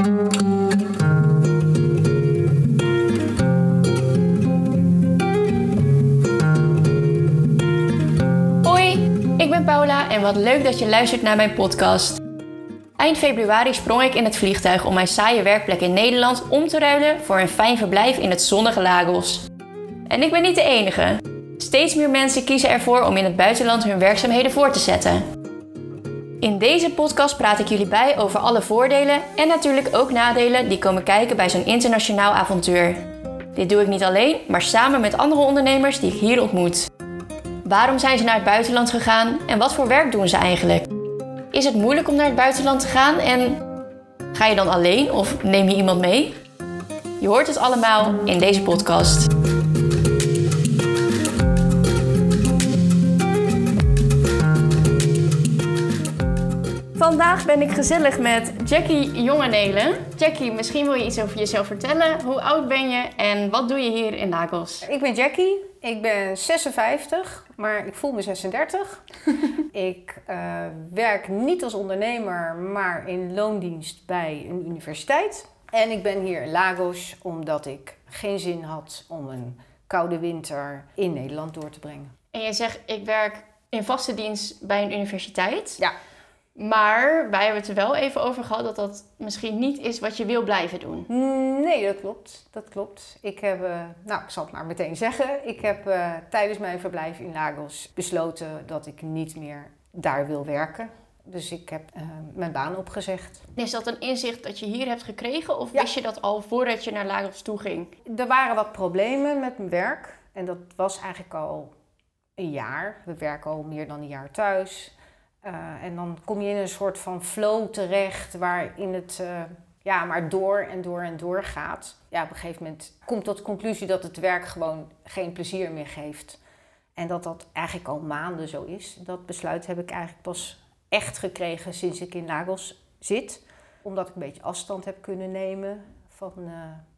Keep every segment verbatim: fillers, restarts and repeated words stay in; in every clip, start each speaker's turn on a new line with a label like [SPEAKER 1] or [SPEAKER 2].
[SPEAKER 1] Ik ben Paula en wat leuk dat je luistert naar mijn podcast. Eind februari sprong ik in het vliegtuig om mijn saaie werkplek in Nederland om te ruilen voor een fijn verblijf in het zonnige Lagos. En ik ben niet de enige. Steeds meer mensen kiezen ervoor om in het buitenland hun werkzaamheden voor te zetten. In deze podcast praat ik jullie bij over alle voordelen en natuurlijk ook nadelen die komen kijken bij zo'n internationaal avontuur. Dit doe ik niet alleen, maar samen met andere ondernemers die ik hier ontmoet. Waarom zijn ze naar het buitenland gegaan en wat voor werk doen ze eigenlijk? Is het moeilijk om naar het buitenland te gaan en ga je dan alleen of neem je iemand mee? Je hoort het allemaal in deze podcast. Vandaag ben ik gezellig met Jackie Jongenelen. Jackie, misschien wil je iets over jezelf vertellen. Hoe oud ben je en wat doe je hier in Lagos?
[SPEAKER 2] Ik ben Jackie, ik ben zesenvijftig, maar ik voel me zesendertig. ik uh, werk niet als ondernemer, maar in loondienst bij een universiteit. En ik ben hier in Lagos omdat ik geen zin had om een koude winter in Nederland door te brengen.
[SPEAKER 1] En je zegt, ik werk in vaste dienst bij een universiteit.
[SPEAKER 2] Ja.
[SPEAKER 1] Maar wij hebben het er wel even over gehad dat dat misschien niet is wat je wil blijven doen.
[SPEAKER 2] Nee, dat klopt. Dat klopt. Ik heb, uh, nou, ik zal het maar meteen zeggen. Ik heb uh, tijdens mijn verblijf in Lagos besloten dat ik niet meer daar wil werken. Dus ik heb uh, mijn baan opgezegd.
[SPEAKER 1] Is dat een inzicht dat je hier hebt gekregen? Of
[SPEAKER 2] ja.
[SPEAKER 1] wist je dat al voordat je naar Lagos toe ging?
[SPEAKER 2] Er waren wat problemen met mijn werk. En dat was eigenlijk al een jaar. We werken al meer dan een jaar thuis. Uh, en dan kom je in een soort van flow terecht waarin het uh, ja, maar door en door en door gaat. Ja, op een gegeven moment komt tot de conclusie dat het werk gewoon geen plezier meer geeft. En dat dat eigenlijk al maanden zo is. Dat besluit heb ik eigenlijk pas echt gekregen sinds ik in Lagos zit. Omdat ik een beetje afstand heb kunnen nemen van, uh,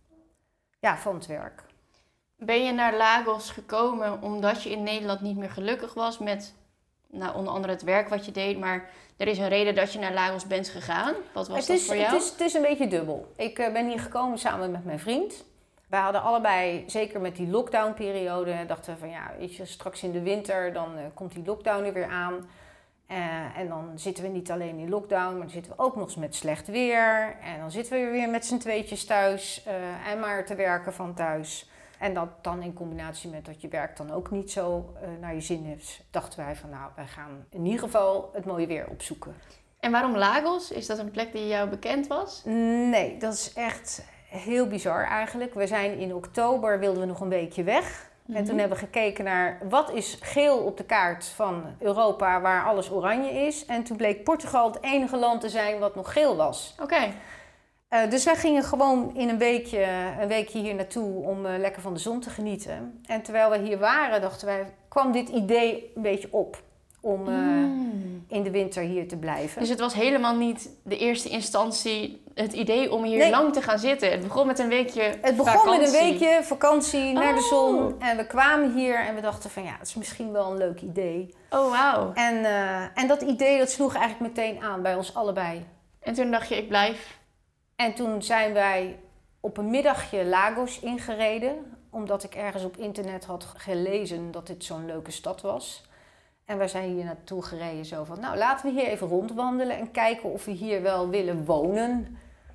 [SPEAKER 2] ja, van het werk.
[SPEAKER 1] Ben je naar Lagos gekomen omdat je in Nederland niet meer gelukkig was met... Nou, onder andere het werk wat je deed, maar er is een reden dat je naar Lagos bent gegaan. Wat was
[SPEAKER 2] het
[SPEAKER 1] dat
[SPEAKER 2] is,
[SPEAKER 1] voor jou?
[SPEAKER 2] Het is, het is een beetje dubbel. Ik uh, ben hier gekomen samen met mijn vriend. Wij hadden allebei, zeker met die lockdownperiode, dachten we van ja, weet je, straks in de winter, dan uh, komt die lockdown er weer aan. Uh, en dan zitten we niet alleen in lockdown, maar dan zitten we ook nog eens met slecht weer. En dan zitten we weer met z'n tweetjes thuis uh, en maar te werken van thuis. En dat dan in combinatie met dat je werk dan ook niet zo uh, naar je zin heeft, dachten wij van nou, wij gaan in ieder geval het mooie weer opzoeken.
[SPEAKER 1] En waarom Lagos? Is dat een plek die jou bekend was?
[SPEAKER 2] Nee, dat is echt heel bizar eigenlijk. We zijn in oktober, wilden we nog een weekje weg. Mm-hmm. En toen hebben we gekeken naar wat is geel op de kaart van Europa waar alles oranje is. En toen bleek Portugal het enige land te zijn wat nog geel was.
[SPEAKER 1] Oké. Okay.
[SPEAKER 2] Uh, dus wij gingen gewoon in een weekje, een weekje hier naartoe om uh, lekker van de zon te genieten. En terwijl we hier waren, dachten wij, kwam dit idee een beetje op om uh, mm. in de winter hier te blijven.
[SPEAKER 1] Dus het was helemaal niet de eerste instantie het idee om hier
[SPEAKER 2] nee.
[SPEAKER 1] lang te gaan zitten? Het begon met een weekje
[SPEAKER 2] Het begon
[SPEAKER 1] vakantie.
[SPEAKER 2] met een weekje vakantie naar
[SPEAKER 1] oh.
[SPEAKER 2] de zon. En we kwamen hier en we dachten van ja, het is misschien wel een leuk idee.
[SPEAKER 1] Oh, wauw.
[SPEAKER 2] En, uh, en dat idee dat sloeg eigenlijk meteen aan bij ons allebei.
[SPEAKER 1] En toen dacht je, ik blijf...
[SPEAKER 2] En toen zijn wij op een middagje Lagos ingereden. Omdat ik ergens op internet had gelezen dat dit zo'n leuke stad was. En wij zijn hier naartoe gereden zo van, nou laten we hier even rondwandelen en kijken of we hier wel willen wonen.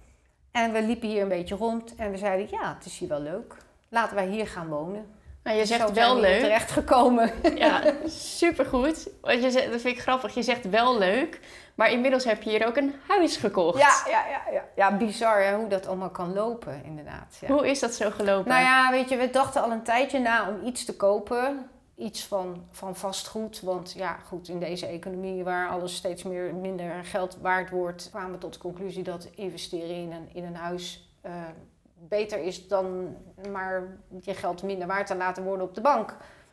[SPEAKER 2] En we liepen hier een beetje rond en we zeiden, ja, het is hier wel leuk. Laten wij hier gaan wonen.
[SPEAKER 1] Nou, je zegt
[SPEAKER 2] zo
[SPEAKER 1] wel
[SPEAKER 2] zijn we
[SPEAKER 1] leuk.
[SPEAKER 2] Terechtgekomen.
[SPEAKER 1] Ja, supergoed. Want je zegt, dat vind ik grappig. Je zegt wel leuk, maar inmiddels heb je hier ook een huis gekocht.
[SPEAKER 2] Ja, ja, ja, ja. ja bizar hè, hoe dat allemaal kan lopen inderdaad. Ja.
[SPEAKER 1] Hoe is dat zo gelopen?
[SPEAKER 2] Nou ja, weet je, we dachten al een tijdje na om iets te kopen. Iets van, van vastgoed. Want ja, goed, in deze economie waar alles steeds meer, minder geld waard wordt, kwamen we tot de conclusie dat investeren in een, in een huis uh, beter is dan maar je geld minder waard te laten worden op de bank.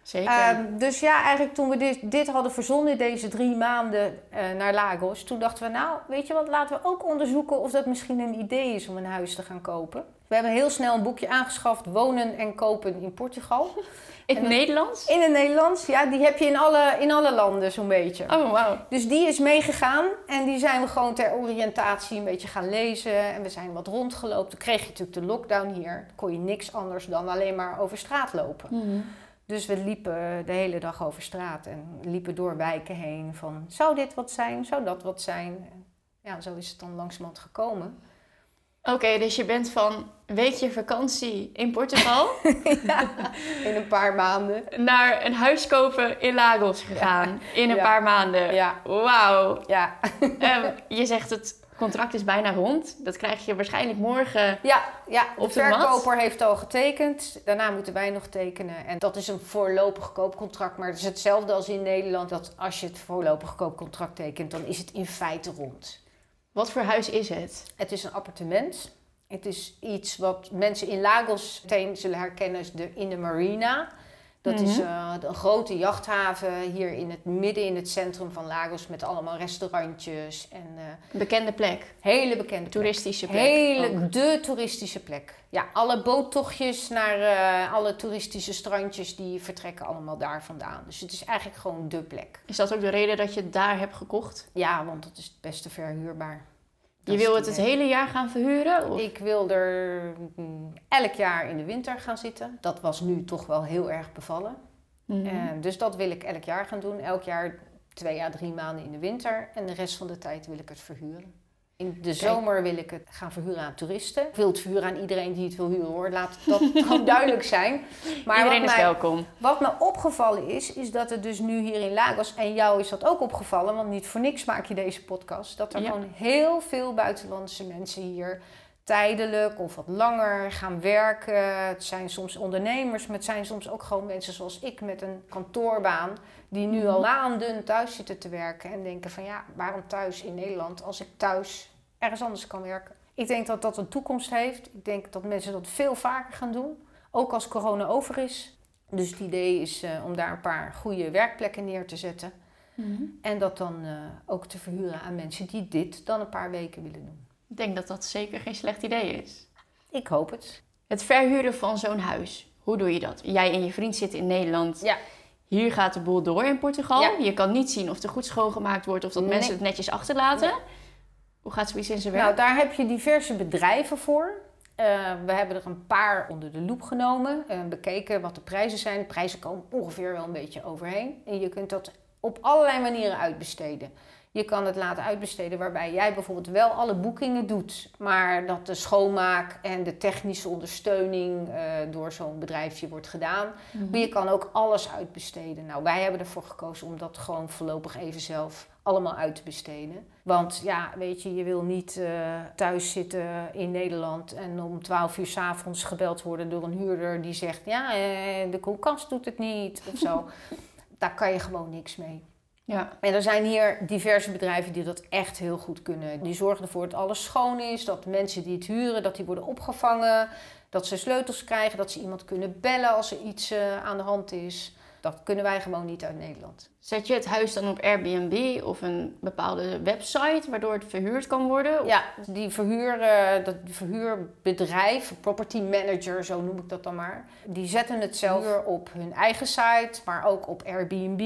[SPEAKER 1] Zeker.
[SPEAKER 2] Uh, dus ja, eigenlijk toen we dit, dit hadden verzonnen, deze drie maanden uh, naar Lagos, toen dachten we, nou, weet je wat, laten we ook onderzoeken of dat misschien een idee is om een huis te gaan kopen. We hebben heel snel een boekje aangeschaft, Wonen en Kopen in Portugal.
[SPEAKER 1] In het Nederlands?
[SPEAKER 2] In het Nederlands, ja. Die heb je in alle, in alle landen zo'n beetje.
[SPEAKER 1] Oh, wauw.
[SPEAKER 2] Dus die is meegegaan en die zijn we gewoon ter oriëntatie een beetje gaan lezen. En we zijn wat rondgelopen. Toen kreeg je natuurlijk de lockdown hier. Dan kon je niks anders dan alleen maar over straat lopen.
[SPEAKER 1] Mm-hmm.
[SPEAKER 2] Dus we liepen de hele dag over straat en liepen door wijken heen van, zou dit wat zijn, zou dat wat zijn? Ja, zo is het dan langzamerhand gekomen.
[SPEAKER 1] Oké, okay, dus je bent van een weekje vakantie in Portugal
[SPEAKER 2] ja, in een paar maanden
[SPEAKER 1] naar een huis kopen in Lagos gegaan ja. in een ja. paar maanden.
[SPEAKER 2] Ja.
[SPEAKER 1] Wauw.
[SPEAKER 2] Ja.
[SPEAKER 1] um, je zegt het contract is bijna rond. Dat krijg je waarschijnlijk morgen.
[SPEAKER 2] Ja, ja. De,
[SPEAKER 1] op de
[SPEAKER 2] verkoper
[SPEAKER 1] mat.
[SPEAKER 2] heeft al getekend. Daarna moeten wij nog tekenen. En dat is een voorlopig koopcontract. Maar het is hetzelfde als in Nederland. Dat als je het voorlopig koopcontract tekent, dan is het in feite rond.
[SPEAKER 1] Wat voor huis is het?
[SPEAKER 2] Het is een appartement. Het is iets wat mensen in Lagos meteen zullen herkennen als de in de marina. Dat mm-hmm. is uh, een grote jachthaven hier in het midden in het centrum van Lagos met allemaal restaurantjes. En, uh,
[SPEAKER 1] bekende plek.
[SPEAKER 2] Hele bekende plek.
[SPEAKER 1] Toeristische plek.
[SPEAKER 2] Hele, ook. De toeristische plek. Ja, alle boottochtjes naar uh, alle toeristische strandjes die vertrekken allemaal daar vandaan. Dus het is eigenlijk gewoon de plek.
[SPEAKER 1] Is dat ook de reden dat je het daar hebt gekocht?
[SPEAKER 2] Ja, want dat is het beste verhuurbaar.
[SPEAKER 1] Je wil het het hele jaar gaan verhuren? Of?
[SPEAKER 2] Ik wil er mm, elk jaar in de winter gaan zitten. Dat was nu toch wel heel erg bevallen. Mm-hmm. Uh, dus dat wil ik elk jaar gaan doen. Elk jaar twee à drie maanden in de winter. En de rest van de tijd wil ik het verhuren. In de zomer wil ik het gaan verhuren aan toeristen. Ik wil het verhuren aan iedereen die het wil huren, hoor. Laat dat gewoon duidelijk zijn. Maar
[SPEAKER 1] iedereen
[SPEAKER 2] is
[SPEAKER 1] mij, welkom.
[SPEAKER 2] Wat me opgevallen is, is dat het dus nu hier in Lagos, en jou is dat ook opgevallen, want niet voor niks maak je deze podcast, dat er ja. gewoon heel veel buitenlandse mensen hier tijdelijk of wat langer gaan werken. Het zijn soms ondernemers, maar het zijn soms ook gewoon mensen zoals ik met een kantoorbaan die nu al maanden thuis zitten te werken en denken van ja, waarom thuis in Nederland als ik thuis ergens anders kan werken? Ik denk dat dat een toekomst heeft. Ik denk dat mensen dat veel vaker gaan doen, ook als corona over is. Dus het idee is uh, om daar een paar goede werkplekken neer te zetten. Mm-hmm. En dat dan uh, ook te verhuren aan mensen die dit dan een paar weken willen doen.
[SPEAKER 1] Ik denk dat dat zeker geen slecht idee is.
[SPEAKER 2] Ik hoop het.
[SPEAKER 1] Het verhuren van zo'n huis, hoe doe je dat? Jij en je vriend zitten in Nederland.
[SPEAKER 2] Ja.
[SPEAKER 1] Hier gaat de boel door in Portugal.
[SPEAKER 2] Ja.
[SPEAKER 1] Je kan niet zien of er goed schoongemaakt wordt of dat nee. mensen het netjes achterlaten. Nee. Hoe gaat zoiets in zijn werk?
[SPEAKER 2] Nou, daar heb je diverse bedrijven voor. Uh, we hebben er een paar onder de loep genomen. Uh, bekeken wat de prijzen zijn. De prijzen komen ongeveer wel een beetje overheen. En je kunt dat op allerlei manieren uitbesteden. Je kan het laten uitbesteden waarbij jij bijvoorbeeld wel alle boekingen doet. Maar dat de schoonmaak en de technische ondersteuning uh, door zo'n bedrijfje wordt gedaan. Mm-hmm. Maar je kan ook alles uitbesteden. Nou, wij hebben ervoor gekozen om dat gewoon voorlopig even zelf allemaal uit te besteden. Want ja, weet je, je wil niet uh, thuis zitten in Nederland en om twaalf uur 's avonds gebeld worden door een huurder die zegt, ja, de koelkast doet het niet of zo. Daar kan je gewoon niks mee.
[SPEAKER 1] Ja.
[SPEAKER 2] En er zijn hier diverse bedrijven die dat echt heel goed kunnen. Die zorgen ervoor dat alles schoon is, dat de mensen die het huren, dat die worden opgevangen, dat ze sleutels krijgen, dat ze iemand kunnen bellen als er iets uh, aan de hand is. Dat kunnen wij gewoon niet uit Nederland.
[SPEAKER 1] Zet je het huis dan op Airbnb of een bepaalde website waardoor het verhuurd kan worden? Of?
[SPEAKER 2] Ja, die verhuur, uh, dat verhuurbedrijf, property manager, zo noem ik dat dan maar. Die zetten het zelf op hun eigen site, maar ook op Airbnb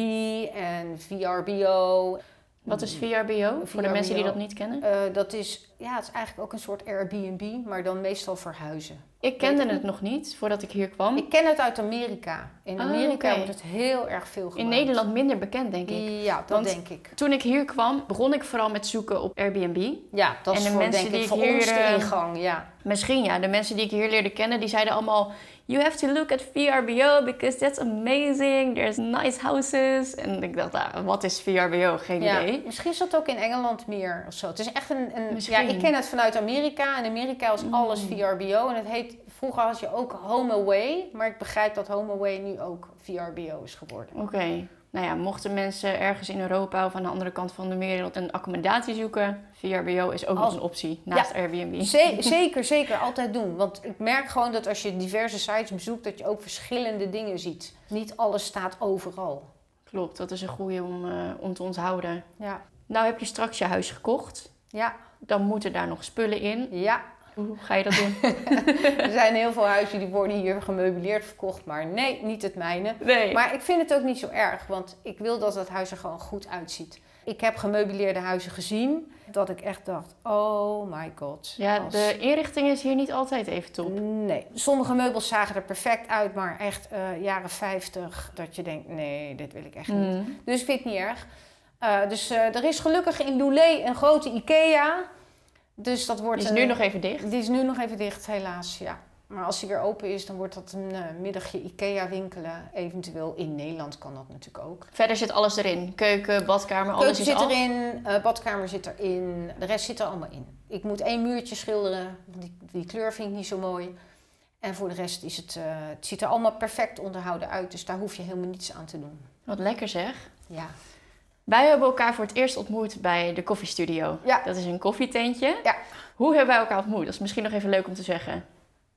[SPEAKER 2] en V R B O.
[SPEAKER 1] Wat is V R B O? Voor de mensen die dat niet kennen?
[SPEAKER 2] Uh, dat is, ja, het is eigenlijk ook een soort Airbnb, maar dan meestal voor huizen.
[SPEAKER 1] Ik kende het nog niet, voordat ik hier kwam.
[SPEAKER 2] Ik ken het uit Amerika. In Amerika oh, okay. wordt het heel erg veel gebruikt.
[SPEAKER 1] In Nederland minder bekend, denk ik.
[SPEAKER 2] Ja, dat Want denk ik.
[SPEAKER 1] Toen ik hier kwam, begon ik vooral met zoeken op Airbnb.
[SPEAKER 2] Ja, dat
[SPEAKER 1] en
[SPEAKER 2] is
[SPEAKER 1] de
[SPEAKER 2] voor,
[SPEAKER 1] mensen
[SPEAKER 2] denk
[SPEAKER 1] die
[SPEAKER 2] ik,
[SPEAKER 1] ik
[SPEAKER 2] voor
[SPEAKER 1] hier,
[SPEAKER 2] ons de ingang, ja.
[SPEAKER 1] Misschien, ja. De mensen die ik hier leerde kennen, die zeiden allemaal, you have to look at V R B O because that's amazing. There's nice houses. En ik dacht, ah, wat is V R B O? Geen
[SPEAKER 2] ja,
[SPEAKER 1] idee.
[SPEAKER 2] Misschien is dat ook in Engeland meer of zo. Het is echt een... een ja, ik ken het vanuit Amerika. In Amerika was alles V R B O. En het heet... Vroeger had je ook HomeAway. Maar ik begrijp dat HomeAway nu ook V R B O is geworden.
[SPEAKER 1] Oké. Okay. Nou ja, mochten mensen ergens in Europa of aan de andere kant van de wereld een accommodatie zoeken, V R B O is ook
[SPEAKER 2] Als...
[SPEAKER 1] nog een optie naast
[SPEAKER 2] ja,
[SPEAKER 1] Airbnb.
[SPEAKER 2] Z- zeker, zeker. Altijd doen. Want ik merk gewoon dat als je diverse sites bezoekt, dat je ook verschillende dingen ziet. Niet alles staat overal.
[SPEAKER 1] Klopt, dat is een goede om, uh, om te onthouden.
[SPEAKER 2] Ja.
[SPEAKER 1] Nou heb je straks je huis gekocht.
[SPEAKER 2] Ja.
[SPEAKER 1] Dan moeten daar nog spullen in.
[SPEAKER 2] Ja.
[SPEAKER 1] Hoe ga je dat doen?
[SPEAKER 2] Er zijn heel veel huizen die worden hier gemeubileerd verkocht, maar nee, niet het mijne.
[SPEAKER 1] Nee.
[SPEAKER 2] Maar ik vind het ook niet zo erg, want ik wil dat het huis er gewoon goed uitziet. Ik heb gemeubileerde huizen gezien, dat ik echt dacht, oh my god.
[SPEAKER 1] Ja,
[SPEAKER 2] als...
[SPEAKER 1] de inrichting is hier niet altijd even top.
[SPEAKER 2] Nee, sommige meubels zagen er perfect uit, maar echt uh, jaren vijftig, dat je denkt, nee, dit wil ik echt niet.
[SPEAKER 1] Mm.
[SPEAKER 2] Dus ik vind het niet erg. Uh, dus uh, er is gelukkig in Loulé een grote IKEA. Dus dat wordt
[SPEAKER 1] die is
[SPEAKER 2] een,
[SPEAKER 1] nu nog even dicht?
[SPEAKER 2] Die is nu nog even dicht, helaas, ja. Maar als die weer open is, dan wordt dat een uh, middagje IKEA winkelen. Eventueel in Nederland kan dat natuurlijk ook.
[SPEAKER 1] Verder zit alles erin. Keuken, badkamer, alles
[SPEAKER 2] Keuken
[SPEAKER 1] is
[SPEAKER 2] zit
[SPEAKER 1] af.
[SPEAKER 2] erin, uh, badkamer zit erin. De rest zit er allemaal in. Ik moet één muurtje schilderen. Die, die kleur vind ik niet zo mooi. En voor de rest is het, uh, het ziet er allemaal perfect onderhouden uit. Dus daar hoef je helemaal niets aan te doen.
[SPEAKER 1] Wat lekker zeg.
[SPEAKER 2] Ja.
[SPEAKER 1] Wij hebben elkaar voor het eerst ontmoet bij de koffiestudio.
[SPEAKER 2] Ja.
[SPEAKER 1] Dat is een koffietentje.
[SPEAKER 2] Ja.
[SPEAKER 1] Hoe hebben wij elkaar ontmoet? Dat is misschien nog even leuk om te zeggen.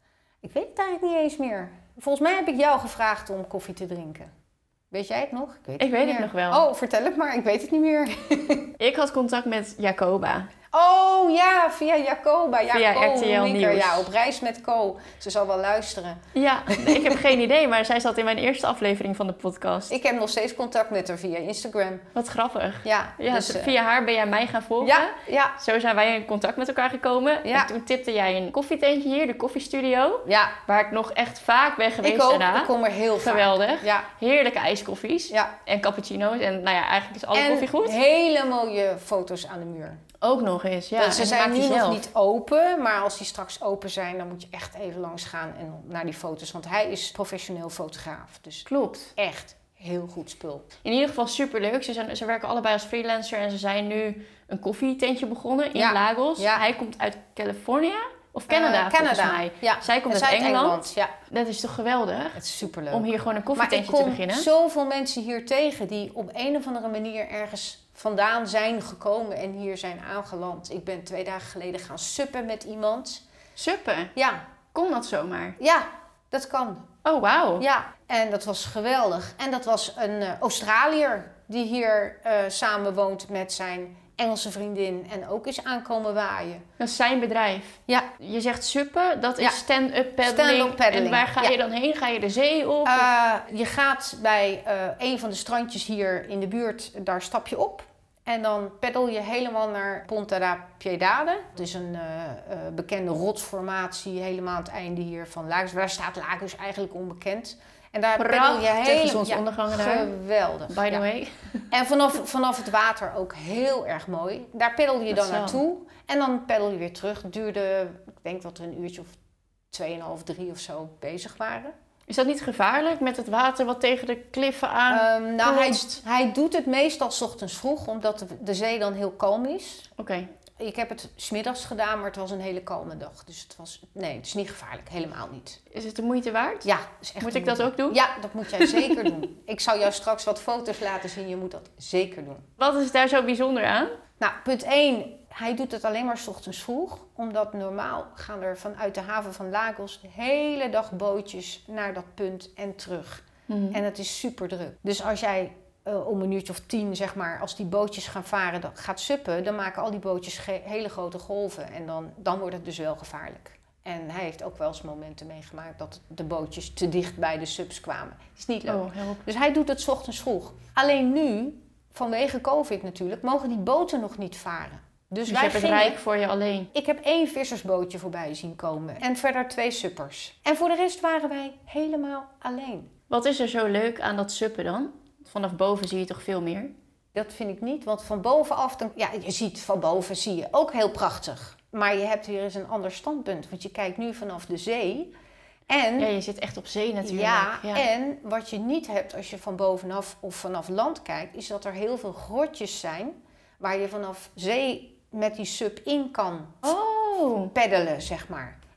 [SPEAKER 2] Ik weet het eigenlijk niet eens meer. Volgens mij heb ik jou gevraagd om koffie te drinken. Weet jij het nog? Ik weet het,
[SPEAKER 1] ik weet
[SPEAKER 2] het
[SPEAKER 1] nog wel.
[SPEAKER 2] Oh, vertel het maar. Ik weet het niet meer.
[SPEAKER 1] Ik had contact met Jacoba.
[SPEAKER 2] Oh ja, via Jacoba. Ja,
[SPEAKER 1] via
[SPEAKER 2] Co,
[SPEAKER 1] R T L Nieuws.
[SPEAKER 2] Ja, op reis met Co. Ze zal wel luisteren.
[SPEAKER 1] Ja, ik heb geen idee, maar zij zat in mijn eerste aflevering van de podcast.
[SPEAKER 2] Ik heb nog steeds contact met haar via Instagram.
[SPEAKER 1] Wat grappig.
[SPEAKER 2] Ja,
[SPEAKER 1] ja
[SPEAKER 2] dus,
[SPEAKER 1] via haar ben jij mij gaan volgen.
[SPEAKER 2] Ja, ja.
[SPEAKER 1] Zo zijn wij in contact met elkaar gekomen.
[SPEAKER 2] Ja.
[SPEAKER 1] En toen tipte jij een koffietentje hier, de koffiestudio.
[SPEAKER 2] Ja.
[SPEAKER 1] Waar ik nog echt vaak ben geweest
[SPEAKER 2] Ik ook.
[SPEAKER 1] daarna.
[SPEAKER 2] Ik kom er heel vaak.
[SPEAKER 1] Geweldig.
[SPEAKER 2] Ja.
[SPEAKER 1] Heerlijke ijskoffies.
[SPEAKER 2] Ja.
[SPEAKER 1] En cappuccino's. En nou ja, eigenlijk is alle
[SPEAKER 2] en
[SPEAKER 1] koffie goed.
[SPEAKER 2] hele mooie foto's aan de muur.
[SPEAKER 1] Ook nog eens, ja.
[SPEAKER 2] Dus ze
[SPEAKER 1] en
[SPEAKER 2] zijn nu
[SPEAKER 1] nog
[SPEAKER 2] nog niet open, maar als die straks open zijn, dan moet je echt even langs gaan en naar die foto's. Want hij is professioneel fotograaf. Dus
[SPEAKER 1] klopt.
[SPEAKER 2] Echt heel goed spul.
[SPEAKER 1] In ieder geval superleuk. Ze, zijn, ze werken allebei als freelancer en ze zijn nu een koffietentje begonnen in
[SPEAKER 2] ja.
[SPEAKER 1] Lagos.
[SPEAKER 2] Ja.
[SPEAKER 1] Hij komt uit Californië of Canada,
[SPEAKER 2] uh,
[SPEAKER 1] volgens
[SPEAKER 2] Canada.
[SPEAKER 1] mij.
[SPEAKER 2] Ja.
[SPEAKER 1] Zij komt
[SPEAKER 2] uit
[SPEAKER 1] uit Engeland.
[SPEAKER 2] Engeland. Ja.
[SPEAKER 1] Dat is toch geweldig?
[SPEAKER 2] Het is superleuk.
[SPEAKER 1] Om hier gewoon een koffietentje
[SPEAKER 2] maar
[SPEAKER 1] te beginnen.
[SPEAKER 2] ik kom zoveel mensen hier tegen die op een of andere manier ergens vandaan zijn gekomen en hier zijn aangeland. Ik ben twee dagen geleden gaan suppen met iemand.
[SPEAKER 1] Suppen?
[SPEAKER 2] Ja.
[SPEAKER 1] Kon dat zomaar?
[SPEAKER 2] Ja, dat kan.
[SPEAKER 1] Oh, wauw.
[SPEAKER 2] Ja, en dat was geweldig. En dat was een uh, Australiër die hier uh, samen woont met zijn Engelse vriendin en ook is aankomen waaien.
[SPEAKER 1] Dat is zijn bedrijf.
[SPEAKER 2] Ja.
[SPEAKER 1] Je zegt suppen, dat is
[SPEAKER 2] ja.
[SPEAKER 1] stand-up paddling.
[SPEAKER 2] Stand-up paddling.
[SPEAKER 1] En waar ga
[SPEAKER 2] ja.
[SPEAKER 1] je dan heen? Ga je de zee op?
[SPEAKER 2] Uh, je gaat bij uh, een van de strandjes hier in de buurt, daar stap je op. En dan peddel je helemaal naar Ponta da Piedade. Het is een uh, uh, bekende rotsformatie helemaal aan het einde hier van Lagos. Waar staat Lagos eigenlijk onbekend. En daar peddel je helemaal...
[SPEAKER 1] zonsondergangen
[SPEAKER 2] ja,
[SPEAKER 1] daar.
[SPEAKER 2] Geweldig.
[SPEAKER 1] By the
[SPEAKER 2] ja.
[SPEAKER 1] way.
[SPEAKER 2] En vanaf, vanaf het water ook heel erg mooi. Daar peddel je dan naartoe. En dan peddel je weer terug. Het duurde, ik denk dat we een uurtje of tweeënhalf, drie of zo bezig waren.
[SPEAKER 1] Is dat niet gevaarlijk met het water wat tegen de kliffen aan?
[SPEAKER 2] Um, nou, hij, hij doet het meestal 's ochtends vroeg, omdat de, de zee dan heel kalm is.
[SPEAKER 1] Oké. Okay.
[SPEAKER 2] Ik heb het 's middags gedaan, maar het was een hele kalme dag. Dus het was, nee, het is niet gevaarlijk, helemaal niet.
[SPEAKER 1] Is het de moeite waard?
[SPEAKER 2] Ja, is echt
[SPEAKER 1] Moet ik dat ook doen?
[SPEAKER 2] Ja, dat moet jij zeker doen. Ik zal jou straks wat foto's laten zien, je moet dat zeker doen.
[SPEAKER 1] Wat is daar zo bijzonder aan?
[SPEAKER 2] Nou, punt één, hij doet het alleen maar 's ochtends vroeg. Omdat normaal gaan er vanuit de haven van Lagos de hele dag bootjes naar dat punt en terug. Mm-hmm. En het is super druk. Dus als jij uh, om een uurtje of tien, zeg maar, als die bootjes gaan varen, dan gaat suppen, dan maken al die bootjes ge- hele grote golven. En dan, dan wordt het dus wel gevaarlijk. En hij heeft ook wel eens momenten meegemaakt dat de bootjes te dicht bij de subs kwamen. Is niet leuk.
[SPEAKER 1] Oh, help.
[SPEAKER 2] Dus hij doet het 's ochtends vroeg. Alleen nu, vanwege COVID natuurlijk, mogen die boten nog niet varen. Dus,
[SPEAKER 1] dus
[SPEAKER 2] wij
[SPEAKER 1] je hebt het
[SPEAKER 2] gingen,
[SPEAKER 1] rijk voor je alleen.
[SPEAKER 2] Ik heb één vissersbootje voorbij zien komen. En verder twee suppers. En voor de rest waren wij helemaal alleen.
[SPEAKER 1] Wat is er zo leuk aan dat suppen dan? Vanaf boven zie je toch veel meer?
[SPEAKER 2] Dat vind ik niet, want van bovenaf, dan, ja, je ziet van boven zie je ook heel prachtig. Maar je hebt weer eens een ander standpunt, want je kijkt nu vanaf de zee. En,
[SPEAKER 1] ja, je zit echt op zee natuurlijk.
[SPEAKER 2] Ja,
[SPEAKER 1] ja,
[SPEAKER 2] en wat je niet hebt als je van bovenaf of vanaf land kijkt, is dat er heel veel grotjes zijn waar je vanaf zee met die sub in kan
[SPEAKER 1] oh.
[SPEAKER 2] peddelen, zeg maar.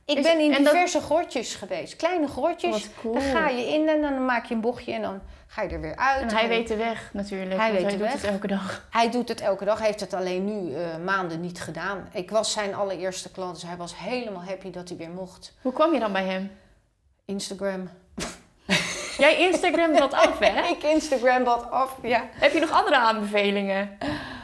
[SPEAKER 2] Ik
[SPEAKER 1] Is-
[SPEAKER 2] ben in
[SPEAKER 1] en dat-
[SPEAKER 2] diverse grotjes geweest. Kleine grotjes.
[SPEAKER 1] Wat cool.
[SPEAKER 2] Dan ga je in en dan maak je een bochtje en dan ga je er weer uit.
[SPEAKER 1] En hij weet de weg natuurlijk,
[SPEAKER 2] Hij
[SPEAKER 1] want
[SPEAKER 2] weet
[SPEAKER 1] hij
[SPEAKER 2] de
[SPEAKER 1] doet
[SPEAKER 2] weg.
[SPEAKER 1] het elke dag.
[SPEAKER 2] Hij doet het elke dag, heeft het alleen nu uh, maanden niet gedaan. Ik was zijn allereerste klant, dus hij was helemaal happy dat hij weer mocht.
[SPEAKER 1] Hoe kwam je dan bij hem?
[SPEAKER 2] Instagram.
[SPEAKER 1] Jij Instagram dat af, hè?
[SPEAKER 2] Ik Instagram wat af, ja.
[SPEAKER 1] Heb je nog andere aanbevelingen?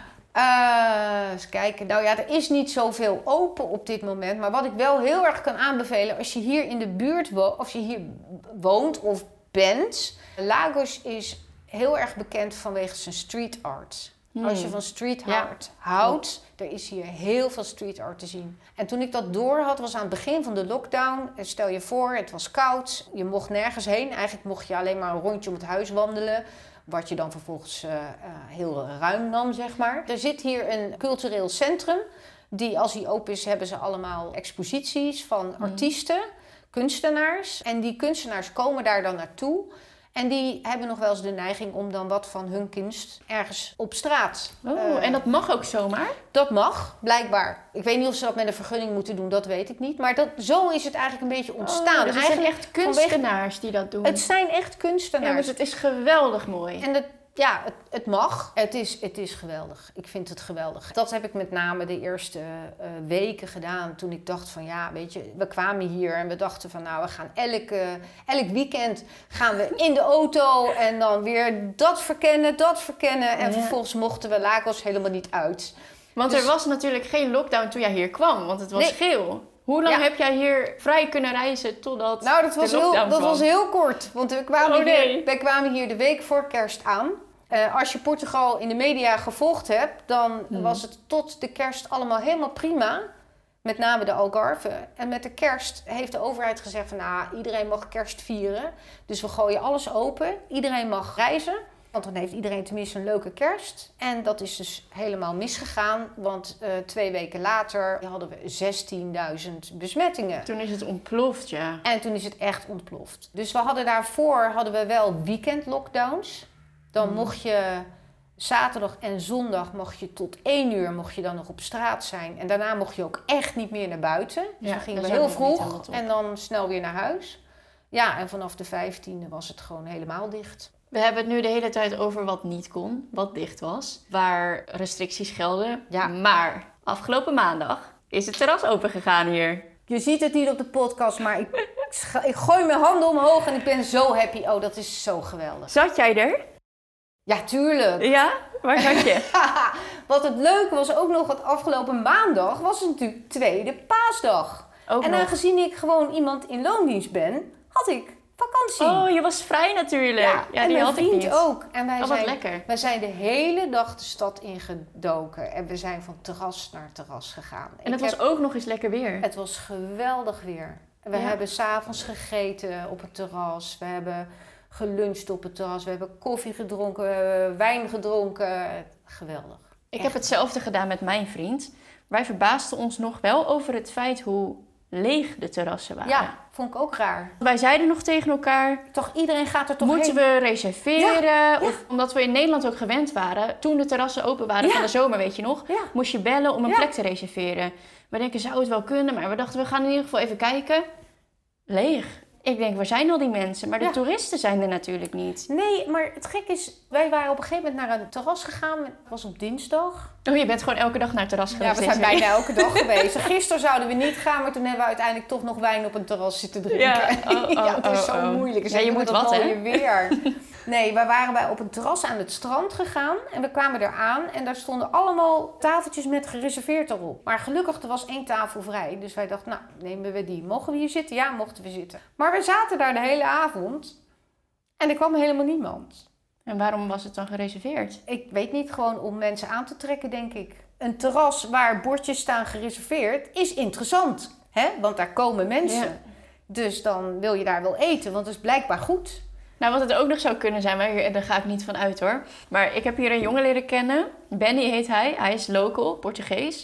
[SPEAKER 2] Uh, eens kijken. Nou ja, er is niet zoveel open op dit moment. Maar wat ik wel heel erg kan aanbevelen, als je hier in de buurt woont, of je hier woont of bent. Lagos is heel erg bekend vanwege zijn street art. Hmm. Als je van street art ja. houdt, er is hier heel veel street art te zien. En toen ik dat door had, was aan het begin van de lockdown. Stel je voor, het was koud. Je mocht nergens heen. Eigenlijk mocht je alleen maar een rondje om het huis wandelen. Wat je dan vervolgens uh, uh, heel ruim nam, zeg maar. Er zit hier een cultureel centrum. Die, als die open is, hebben ze allemaal exposities van mm. artiesten, kunstenaars. En die kunstenaars komen daar dan naartoe. En die hebben nog wel eens de neiging om dan wat van hun kunst ergens op straat.
[SPEAKER 1] Oh, uh, en dat mag ook zomaar?
[SPEAKER 2] Dat mag, blijkbaar. Ik weet niet of ze dat met een vergunning moeten doen, dat weet ik niet. Maar dat, zo is het eigenlijk een beetje ontstaan.
[SPEAKER 1] Oh, dus het zijn echt kunstenaars vanwege... die dat doen?
[SPEAKER 2] Het zijn echt kunstenaars.
[SPEAKER 1] Ja, dus het is geweldig mooi.
[SPEAKER 2] En het, ja, het, het mag. Het is, het is geweldig. Ik vind het geweldig. Dat heb ik met name de eerste uh, weken gedaan. Toen ik dacht van ja, weet je, we kwamen hier en we dachten van nou, we gaan elke, elk weekend gaan we in de auto en dan weer dat verkennen, dat verkennen. En ja. vervolgens mochten we Lagos helemaal niet uit.
[SPEAKER 1] Want
[SPEAKER 2] dus,
[SPEAKER 1] er was natuurlijk geen lockdown toen jij hier kwam, want het was
[SPEAKER 2] nee.
[SPEAKER 1] geel. Hoe lang ja. heb jij hier vrij kunnen reizen totdat
[SPEAKER 2] nou, dat was
[SPEAKER 1] de lockdown
[SPEAKER 2] heel, dat
[SPEAKER 1] kwam?
[SPEAKER 2] was heel kort. Want we kwamen,
[SPEAKER 1] oh, nee.
[SPEAKER 2] hier, wij kwamen hier de week voor kerst aan. Uh, als je Portugal in de media gevolgd hebt, dan hmm. was het tot de kerst allemaal helemaal prima. Met name de Algarve. En met de kerst heeft de overheid gezegd van nou, iedereen mag kerst vieren. Dus we gooien alles open. Iedereen mag reizen. Want dan heeft iedereen tenminste een leuke kerst. En dat is dus helemaal misgegaan. Want uh, twee weken later hadden we zestienduizend besmettingen.
[SPEAKER 1] Toen is het ontploft, ja.
[SPEAKER 2] En toen is het echt ontploft. Dus we hadden daarvoor hadden we wel weekend lockdowns. Dan hmm. mocht je zaterdag en zondag mocht je tot één uur mocht je dan nog op straat zijn. En daarna mocht je ook echt niet meer naar buiten. Dus ja, dan gingen we heel vroeg en dan snel weer naar huis. Ja, en vanaf de vijftiende was het gewoon helemaal dicht.
[SPEAKER 1] We hebben het nu de hele tijd over wat niet kon, wat dicht was, waar restricties gelden.
[SPEAKER 2] Ja.
[SPEAKER 1] Maar afgelopen maandag is het terras open gegaan hier.
[SPEAKER 2] Je ziet het niet op de podcast, maar ik, ik gooi mijn handen omhoog en ik ben zo happy. Oh, dat is zo geweldig.
[SPEAKER 1] Zat jij er?
[SPEAKER 2] Ja, tuurlijk.
[SPEAKER 1] Ja? Waar zat je?
[SPEAKER 2] Wat het leuke was ook nog, dat afgelopen maandag was het natuurlijk tweede paasdag.
[SPEAKER 1] Ook
[SPEAKER 2] en
[SPEAKER 1] nog.
[SPEAKER 2] aangezien ik gewoon iemand in loondienst ben, had ik vakantie.
[SPEAKER 1] Oh, je was vrij natuurlijk.
[SPEAKER 2] Ja,
[SPEAKER 1] ja
[SPEAKER 2] en
[SPEAKER 1] die
[SPEAKER 2] mijn
[SPEAKER 1] had
[SPEAKER 2] vriend
[SPEAKER 1] ik niet.
[SPEAKER 2] ook. En wij,
[SPEAKER 1] oh, wat
[SPEAKER 2] zijn,
[SPEAKER 1] lekker.
[SPEAKER 2] wij zijn de hele dag de stad ingedoken. En we zijn van terras naar terras gegaan.
[SPEAKER 1] En het
[SPEAKER 2] ik
[SPEAKER 1] was
[SPEAKER 2] heb,
[SPEAKER 1] ook nog eens lekker weer.
[SPEAKER 2] Het was geweldig weer. We ja. hebben 's avonds gegeten op het terras. We hebben geluncht op het terras. We hebben koffie gedronken. We hebben wijn gedronken. Geweldig.
[SPEAKER 1] Ik
[SPEAKER 2] Echt.
[SPEAKER 1] heb hetzelfde gedaan met mijn vriend. Wij verbaasden ons nog wel over het feit hoe leeg de terrassen waren.
[SPEAKER 2] Ja, vond ik ook raar.
[SPEAKER 1] Wij zeiden nog tegen elkaar...
[SPEAKER 2] Toch, iedereen gaat er toch
[SPEAKER 1] Moeten
[SPEAKER 2] heen?
[SPEAKER 1] we reserveren?
[SPEAKER 2] Ja, ja.
[SPEAKER 1] Of omdat we in Nederland ook gewend waren... Toen de terrassen open waren
[SPEAKER 2] ja.
[SPEAKER 1] van de zomer, weet je nog...
[SPEAKER 2] Ja.
[SPEAKER 1] Moest je bellen om een
[SPEAKER 2] ja.
[SPEAKER 1] plek te reserveren. We denken, zou het wel kunnen? Maar we dachten, we gaan in ieder geval even kijken. Leeg. Ik denk, waar zijn al die mensen? Maar de
[SPEAKER 2] ja.
[SPEAKER 1] toeristen zijn er natuurlijk niet.
[SPEAKER 2] Nee, maar het gek is... Wij waren op een gegeven moment naar een terras gegaan. Het was op dinsdag.
[SPEAKER 1] Oh, je bent gewoon elke dag naar het terras geweest?
[SPEAKER 2] Ja, we zijn bijna elke dag geweest. Gisteren zouden we niet gaan, maar toen hebben we uiteindelijk toch nog wijn op een terras zitten drinken.
[SPEAKER 1] Ja, oh, oh,
[SPEAKER 2] ja het is zo
[SPEAKER 1] oh, oh.
[SPEAKER 2] moeilijk.
[SPEAKER 1] Ja, je moet wat, hè?
[SPEAKER 2] Weer. Nee, wij waren bij op een terras aan het strand gegaan en we kwamen er aan en daar stonden allemaal tafeltjes met gereserveerd erop. Maar gelukkig, er was één tafel vrij, dus wij dachten, nou, nemen we die. Mogen we hier zitten? Ja, mochten we zitten. Maar we zaten daar de hele avond en er kwam helemaal niemand.
[SPEAKER 1] En waarom was het dan gereserveerd?
[SPEAKER 2] Ik weet niet, gewoon om mensen aan te trekken, denk ik. Een terras waar bordjes staan gereserveerd is interessant, hè? Want daar komen mensen. Ja. Dus dan wil je daar wel eten, want het is blijkbaar goed.
[SPEAKER 1] Nou, wat het ook nog zou kunnen zijn, maar daar ga ik niet van uit hoor. Maar ik heb hier een jongen leren kennen. Benny heet hij. Hij is local, Portugees.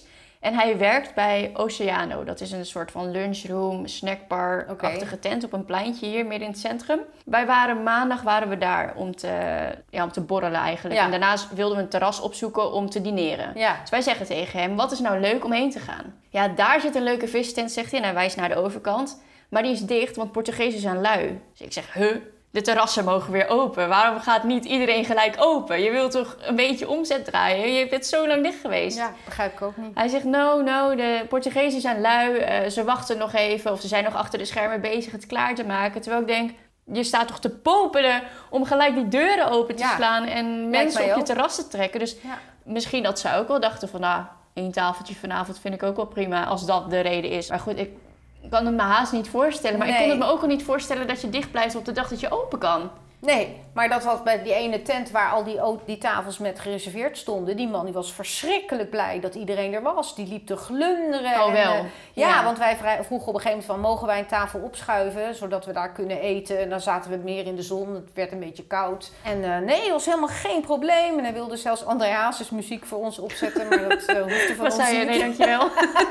[SPEAKER 1] En hij werkt bij Oceano. Dat is een soort van lunchroom, snackbar-achtige
[SPEAKER 2] Oké.
[SPEAKER 1] tent op een pleintje hier midden in het centrum. Wij waren maandag waren we daar om te, ja, om te borrelen eigenlijk.
[SPEAKER 2] Ja.
[SPEAKER 1] En daarnaast wilden we een terras opzoeken om te dineren.
[SPEAKER 2] Ja.
[SPEAKER 1] Dus wij zeggen tegen hem, wat is nou leuk om heen te gaan? Ja, daar zit een leuke vistent, zegt hij. En hij wijst naar de overkant. Maar die is dicht, want Portugezen zijn lui. Dus ik zeg, huh? De terrassen mogen weer open. Waarom gaat niet iedereen gelijk open? Je wilt toch een beetje omzet draaien? Je bent zo lang dicht geweest.
[SPEAKER 2] Ja, begrijp ik ook niet.
[SPEAKER 1] Hij zegt, no, no, de Portugezen zijn lui. Uh, ze wachten nog even. Of ze zijn nog achter de schermen bezig het klaar te maken. Terwijl ik denk, je staat toch te popelen om gelijk die deuren open te
[SPEAKER 2] Ja.
[SPEAKER 1] slaan. En mensen op
[SPEAKER 2] mij
[SPEAKER 1] je
[SPEAKER 2] ook.
[SPEAKER 1] terras te trekken. Dus
[SPEAKER 2] Ja.
[SPEAKER 1] misschien dat ze ook wel dachten van, nou, één tafeltje vanavond vind ik ook wel prima. Als dat de reden is. Maar goed, ik kan het me haast niet voorstellen. Maar ik
[SPEAKER 2] Nee.
[SPEAKER 1] kon het me ook al niet voorstellen dat je dicht blijft op de dag dat je open kan.
[SPEAKER 2] Nee, maar dat was bij die ene tent waar al die, o- die tafels met gereserveerd stonden. Die man die was verschrikkelijk blij dat iedereen er was. Die liep te glunderen.
[SPEAKER 1] Oh,
[SPEAKER 2] en,
[SPEAKER 1] wel.
[SPEAKER 2] eh, ja,
[SPEAKER 1] Ja.
[SPEAKER 2] want wij vrij- vroegen op een gegeven moment van, mogen wij een tafel opschuiven, zodat we daar kunnen eten. En dan zaten we meer in de zon. Het werd een beetje koud. En uh, nee, dat was helemaal geen probleem. En hij wilde zelfs André Hazes muziek voor ons opzetten. Maar dat uh, hoefde van
[SPEAKER 1] Wat
[SPEAKER 2] ons
[SPEAKER 1] zei je?
[SPEAKER 2] niet.
[SPEAKER 1] Nee, dankjewel.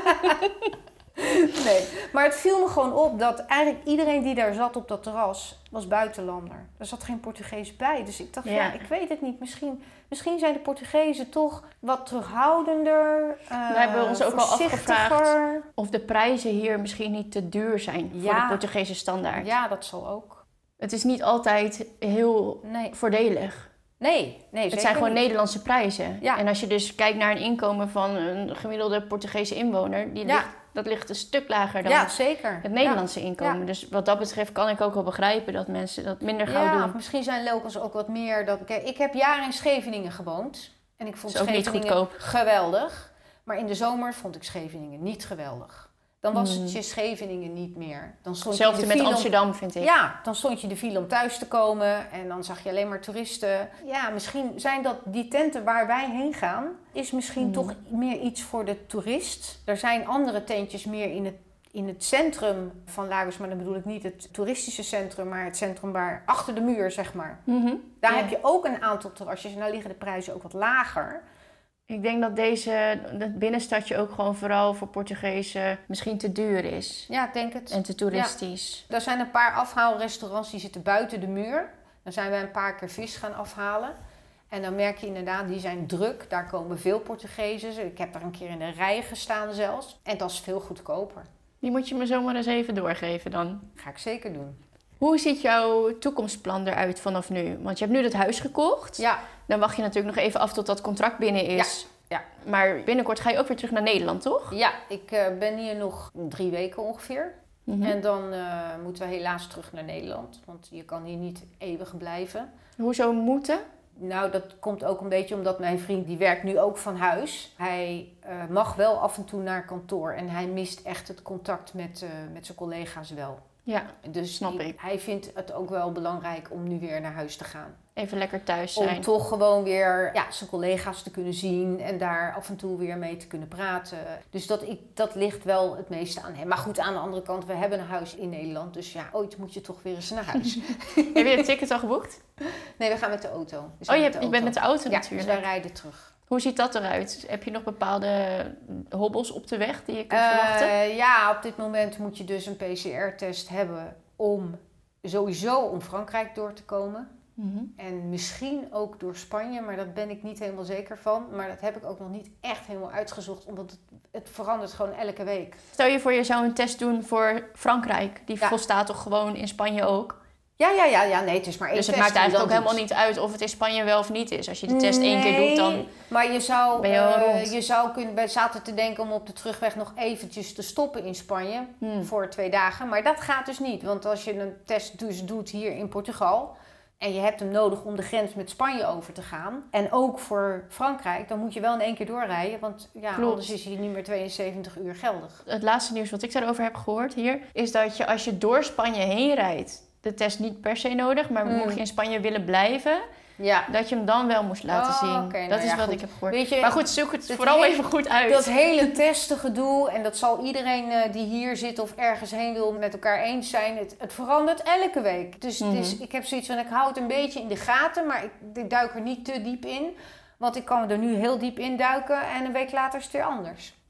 [SPEAKER 2] Nee, maar het viel me gewoon op dat eigenlijk iedereen die daar zat op dat terras was buitenlander. Er zat geen Portugees bij. Dus ik dacht, ja,
[SPEAKER 1] Ja.
[SPEAKER 2] ik weet het niet. Misschien, misschien zijn de Portugezen toch wat terughoudender. Uh,
[SPEAKER 1] We hebben ons ook al
[SPEAKER 2] voorzichtiger.
[SPEAKER 1] afgevraagd of de prijzen hier misschien niet te duur zijn voor
[SPEAKER 2] Ja.
[SPEAKER 1] de Portugese standaard.
[SPEAKER 2] Ja, dat zal ook.
[SPEAKER 1] Het is niet altijd heel
[SPEAKER 2] Nee,
[SPEAKER 1] voordelig.
[SPEAKER 2] nee, nee
[SPEAKER 1] Het zijn gewoon
[SPEAKER 2] niet.
[SPEAKER 1] Nederlandse prijzen.
[SPEAKER 2] Ja.
[SPEAKER 1] En als je dus kijkt naar een inkomen van een gemiddelde Portugese inwoner, die
[SPEAKER 2] Ja.
[SPEAKER 1] ligt, dat ligt een stuk lager dan
[SPEAKER 2] Ja, zeker.
[SPEAKER 1] het Nederlandse inkomen.
[SPEAKER 2] Ja.
[SPEAKER 1] Dus wat dat betreft kan ik ook wel begrijpen dat mensen dat minder gauw
[SPEAKER 2] Ja,
[SPEAKER 1] doen.
[SPEAKER 2] of misschien zijn locals ook wat meer. Dat, kijk, ik heb jaren in Scheveningen gewoond. En ik vond
[SPEAKER 1] Is ook niet
[SPEAKER 2] Scheveningen
[SPEAKER 1] goedkoop.
[SPEAKER 2] geweldig. Maar in de zomer vond ik Scheveningen niet geweldig. Dan was
[SPEAKER 1] Hmm.
[SPEAKER 2] het je Scheveningen niet meer. Dan stond
[SPEAKER 1] Hetzelfde
[SPEAKER 2] je in de
[SPEAKER 1] met
[SPEAKER 2] file om-
[SPEAKER 1] Amsterdam, vind ik.
[SPEAKER 2] Ja, dan stond je de file om thuis te komen. En dan zag je alleen maar toeristen. Ja, misschien zijn dat die tenten waar wij heen gaan. Is misschien
[SPEAKER 1] Hmm.
[SPEAKER 2] toch meer iets voor de toerist. Er zijn andere tentjes meer in het in het centrum van Lagos, maar dan bedoel ik niet het toeristische centrum, maar het centrum waar achter de muur, zeg maar.
[SPEAKER 1] Mhm.
[SPEAKER 2] Daar
[SPEAKER 1] Ja.
[SPEAKER 2] heb je ook een aantal terrasjes. Nou liggen de prijzen ook wat lager.
[SPEAKER 1] Ik denk dat deze, het binnenstadje ook gewoon vooral voor Portugezen misschien te duur is.
[SPEAKER 2] Ja, ik denk het.
[SPEAKER 1] En te toeristisch.
[SPEAKER 2] Er zijn een paar afhaalrestaurants die zitten buiten de muur. Dan zijn wij een paar keer vis gaan afhalen. En dan merk je inderdaad, die zijn druk. Daar komen veel Portugezen. Ik heb daar een keer in de rij gestaan zelfs. En dat is veel goedkoper.
[SPEAKER 1] Die moet je me zomaar eens even doorgeven dan.
[SPEAKER 2] Ga ik zeker doen.
[SPEAKER 1] Hoe ziet jouw toekomstplan eruit vanaf nu? Want je hebt nu dat huis gekocht.
[SPEAKER 2] Ja,
[SPEAKER 1] Dan wacht je natuurlijk nog even af tot dat contract binnen is.
[SPEAKER 2] Ja,
[SPEAKER 1] Maar binnenkort ga je ook weer terug naar Nederland, toch?
[SPEAKER 2] ja ik uh, ben hier nog drie weken ongeveer.
[SPEAKER 1] Mhm.
[SPEAKER 2] En dan uh, moeten we helaas terug naar Nederland. Want je kan hier niet eeuwig blijven.
[SPEAKER 1] Hoezo moeten?
[SPEAKER 2] Nou, dat komt ook een beetje omdat mijn vriend, die werkt nu ook van huis. Hij uh, mag wel af en toe naar kantoor. En hij mist echt het contact met, uh, met zijn collega's wel.
[SPEAKER 1] Ja,
[SPEAKER 2] Dus
[SPEAKER 1] snap
[SPEAKER 2] die-
[SPEAKER 1] ik.
[SPEAKER 2] hij vindt het ook wel belangrijk om nu weer naar huis te gaan.
[SPEAKER 1] Even lekker thuis
[SPEAKER 2] Om
[SPEAKER 1] zijn.
[SPEAKER 2] toch gewoon weer ja, zijn collega's te kunnen zien en daar af en toe weer mee te kunnen praten. Dus dat, ik, dat ligt wel het meeste aan hem. Maar goed, aan de andere kant, we hebben een huis in Nederland. Dus ja, ooit moet je toch weer eens naar huis.
[SPEAKER 1] Heb je het ticket al geboekt?
[SPEAKER 2] Nee, we gaan met de auto. We
[SPEAKER 1] Oh,
[SPEAKER 2] zijn
[SPEAKER 1] je,
[SPEAKER 2] met
[SPEAKER 1] hebt,
[SPEAKER 2] de
[SPEAKER 1] je bent met de auto
[SPEAKER 2] Ja, dus
[SPEAKER 1] natuurlijk.
[SPEAKER 2] wij rijden terug.
[SPEAKER 1] Hoe ziet dat eruit? Heb je nog bepaalde hobbels op de weg die je kunt
[SPEAKER 2] Eh,
[SPEAKER 1] verwachten?
[SPEAKER 2] ja, op dit moment moet je dus een P C R-test hebben om sowieso om Frankrijk door te komen.
[SPEAKER 1] Mhm.
[SPEAKER 2] En misschien ook door Spanje, maar daar ben ik niet helemaal zeker van. Maar dat heb ik ook nog niet echt helemaal uitgezocht, omdat het, het verandert gewoon elke week.
[SPEAKER 1] Stel je voor, je zou een test doen voor Frankrijk. Die
[SPEAKER 2] Ja.
[SPEAKER 1] volstaat toch gewoon in Spanje ook?
[SPEAKER 2] Ja, ja, ja, ja, nee, het is maar één
[SPEAKER 1] Dus het
[SPEAKER 2] test
[SPEAKER 1] maakt
[SPEAKER 2] die je
[SPEAKER 1] eigenlijk ook
[SPEAKER 2] dan
[SPEAKER 1] helemaal niet uit of het in Spanje wel of niet is. Als je de test één keer doet, dan...
[SPEAKER 2] Nee, maar je zou,
[SPEAKER 1] ben je wel
[SPEAKER 2] eh,
[SPEAKER 1] rond.
[SPEAKER 2] je zou kunnen, wij zaten te denken om op de terugweg nog eventjes te stoppen in Spanje
[SPEAKER 1] Hmm.
[SPEAKER 2] voor twee dagen. Maar dat gaat dus niet, want als je een test dus doet hier in Portugal en je hebt hem nodig om de grens met Spanje over te gaan en ook voor Frankrijk, dan moet je wel in één keer doorrijden, want ja,
[SPEAKER 1] Klopt.
[SPEAKER 2] anders is hij niet meer tweeënzeventig uur geldig.
[SPEAKER 1] Het laatste nieuws wat ik daarover heb gehoord hier... is dat je als je door Spanje heen rijdt... de test niet per se nodig... maar
[SPEAKER 2] Hmm.
[SPEAKER 1] mocht je in Spanje willen blijven...
[SPEAKER 2] Ja.
[SPEAKER 1] dat je hem dan wel moest laten
[SPEAKER 2] Oh,
[SPEAKER 1] zien.
[SPEAKER 2] oké, nou
[SPEAKER 1] dat is
[SPEAKER 2] ja,
[SPEAKER 1] wat
[SPEAKER 2] goed.
[SPEAKER 1] ik heb gehoord.
[SPEAKER 2] Weet je,
[SPEAKER 1] Maar goed, zoek het
[SPEAKER 2] het
[SPEAKER 1] vooral
[SPEAKER 2] hele-
[SPEAKER 1] even goed uit.
[SPEAKER 2] Dat hele testengedoe, en dat zal iedereen uh, die hier zit of ergens heen wil met elkaar eens zijn. Het, het verandert elke week. Dus,
[SPEAKER 1] Mhm.
[SPEAKER 2] dus ik heb zoiets van, ik hou het een beetje in de gaten, maar ik, ik duik er niet te diep in. Want ik kan er nu heel diep in duiken en een week later is het weer anders.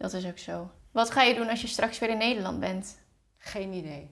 [SPEAKER 1] Dat is ook zo. Wat ga je doen als je straks weer in Nederland bent?
[SPEAKER 2] Geen idee.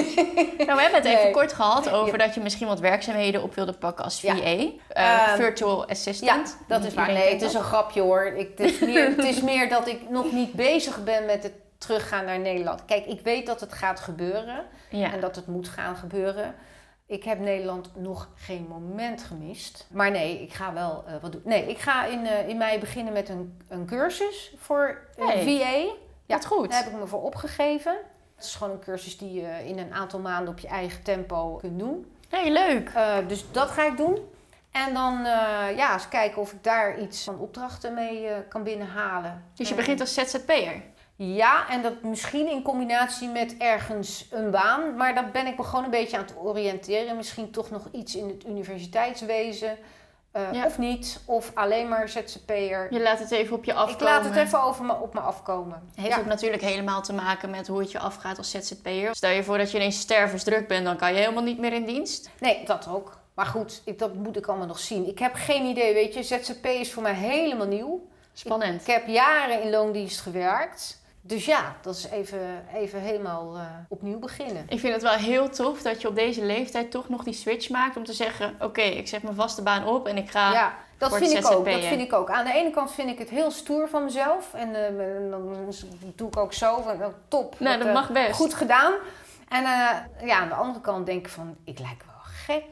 [SPEAKER 1] Nou, we hebben het
[SPEAKER 2] Nee.
[SPEAKER 1] even kort gehad over
[SPEAKER 2] Ja.
[SPEAKER 1] dat je misschien wat werkzaamheden op wilde pakken als V A.
[SPEAKER 2] Ja.
[SPEAKER 1] Uh,
[SPEAKER 2] Um,
[SPEAKER 1] virtual assistant.
[SPEAKER 2] Ja, dat is waar.
[SPEAKER 1] Iedereen
[SPEAKER 2] Nee,
[SPEAKER 1] kent
[SPEAKER 2] het is
[SPEAKER 1] dat.
[SPEAKER 2] een grapje hoor. Ik, het, is meer, het is meer dat ik nog niet bezig ben met het teruggaan naar Nederland. Kijk, ik weet dat het gaat gebeuren.
[SPEAKER 1] Ja.
[SPEAKER 2] En dat het moet gaan gebeuren. Ik heb Nederland nog geen moment gemist. Maar nee, ik ga wel uh, wat doen. Nee, ik ga in, uh, in mei beginnen met een, een cursus voor uh,
[SPEAKER 1] Hey,
[SPEAKER 2] V A. Ja,
[SPEAKER 1] wat goed.
[SPEAKER 2] Daar heb ik me voor opgegeven. Het is gewoon een cursus die je in een aantal maanden op je eigen tempo kunt doen.
[SPEAKER 1] Hey, leuk.
[SPEAKER 2] Uh, dus dat ga ik doen. En dan uh, ja, eens kijken of ik daar iets van opdrachten mee uh, kan binnenhalen.
[SPEAKER 1] Dus je
[SPEAKER 2] En-
[SPEAKER 1] begint als Z Z P'er.
[SPEAKER 2] Ja, en dat misschien in combinatie met ergens een baan. Maar dat ben ik me gewoon een beetje aan het oriënteren. Misschien toch nog iets in het universiteitswezen. Uh,
[SPEAKER 1] Ja.
[SPEAKER 2] Of niet. Of alleen maar Z Z P'er.
[SPEAKER 1] Je laat het even op je afkomen.
[SPEAKER 2] Ik laat het even over me, op me afkomen.
[SPEAKER 1] Het heeft
[SPEAKER 2] Ja.
[SPEAKER 1] ook natuurlijk helemaal te maken met hoe het je afgaat als Z Z P'er. Stel je voor dat je ineens stervensdruk bent, dan kan je helemaal niet meer in dienst.
[SPEAKER 2] Nee, dat ook. Maar goed, ik, dat moet ik allemaal nog zien. Ik heb geen idee, weet je. Z Z P is voor mij helemaal nieuw.
[SPEAKER 1] Spannend.
[SPEAKER 2] Ik heb jaren in loondienst gewerkt. Dus ja, dat is even, even helemaal uh, opnieuw beginnen.
[SPEAKER 1] Ik vind het wel heel tof dat je op deze leeftijd toch nog die switch maakt om te zeggen, oké, okay, ik zet mijn vaste baan op en ik ga...
[SPEAKER 2] Ja, dat
[SPEAKER 1] voor
[SPEAKER 2] vind
[SPEAKER 1] het
[SPEAKER 2] ik ook.
[SPEAKER 1] Z Z P'en.
[SPEAKER 2] Dat vind ik ook. Aan de ene kant vind ik het heel stoer van mezelf. En uh, dan doe ik ook zo van, oh, top.
[SPEAKER 1] Nou,
[SPEAKER 2] wat,
[SPEAKER 1] dat
[SPEAKER 2] uh,
[SPEAKER 1] mag best.
[SPEAKER 2] Goed gedaan. En uh, ja, aan de andere kant denk ik van, ik lijk wel gek.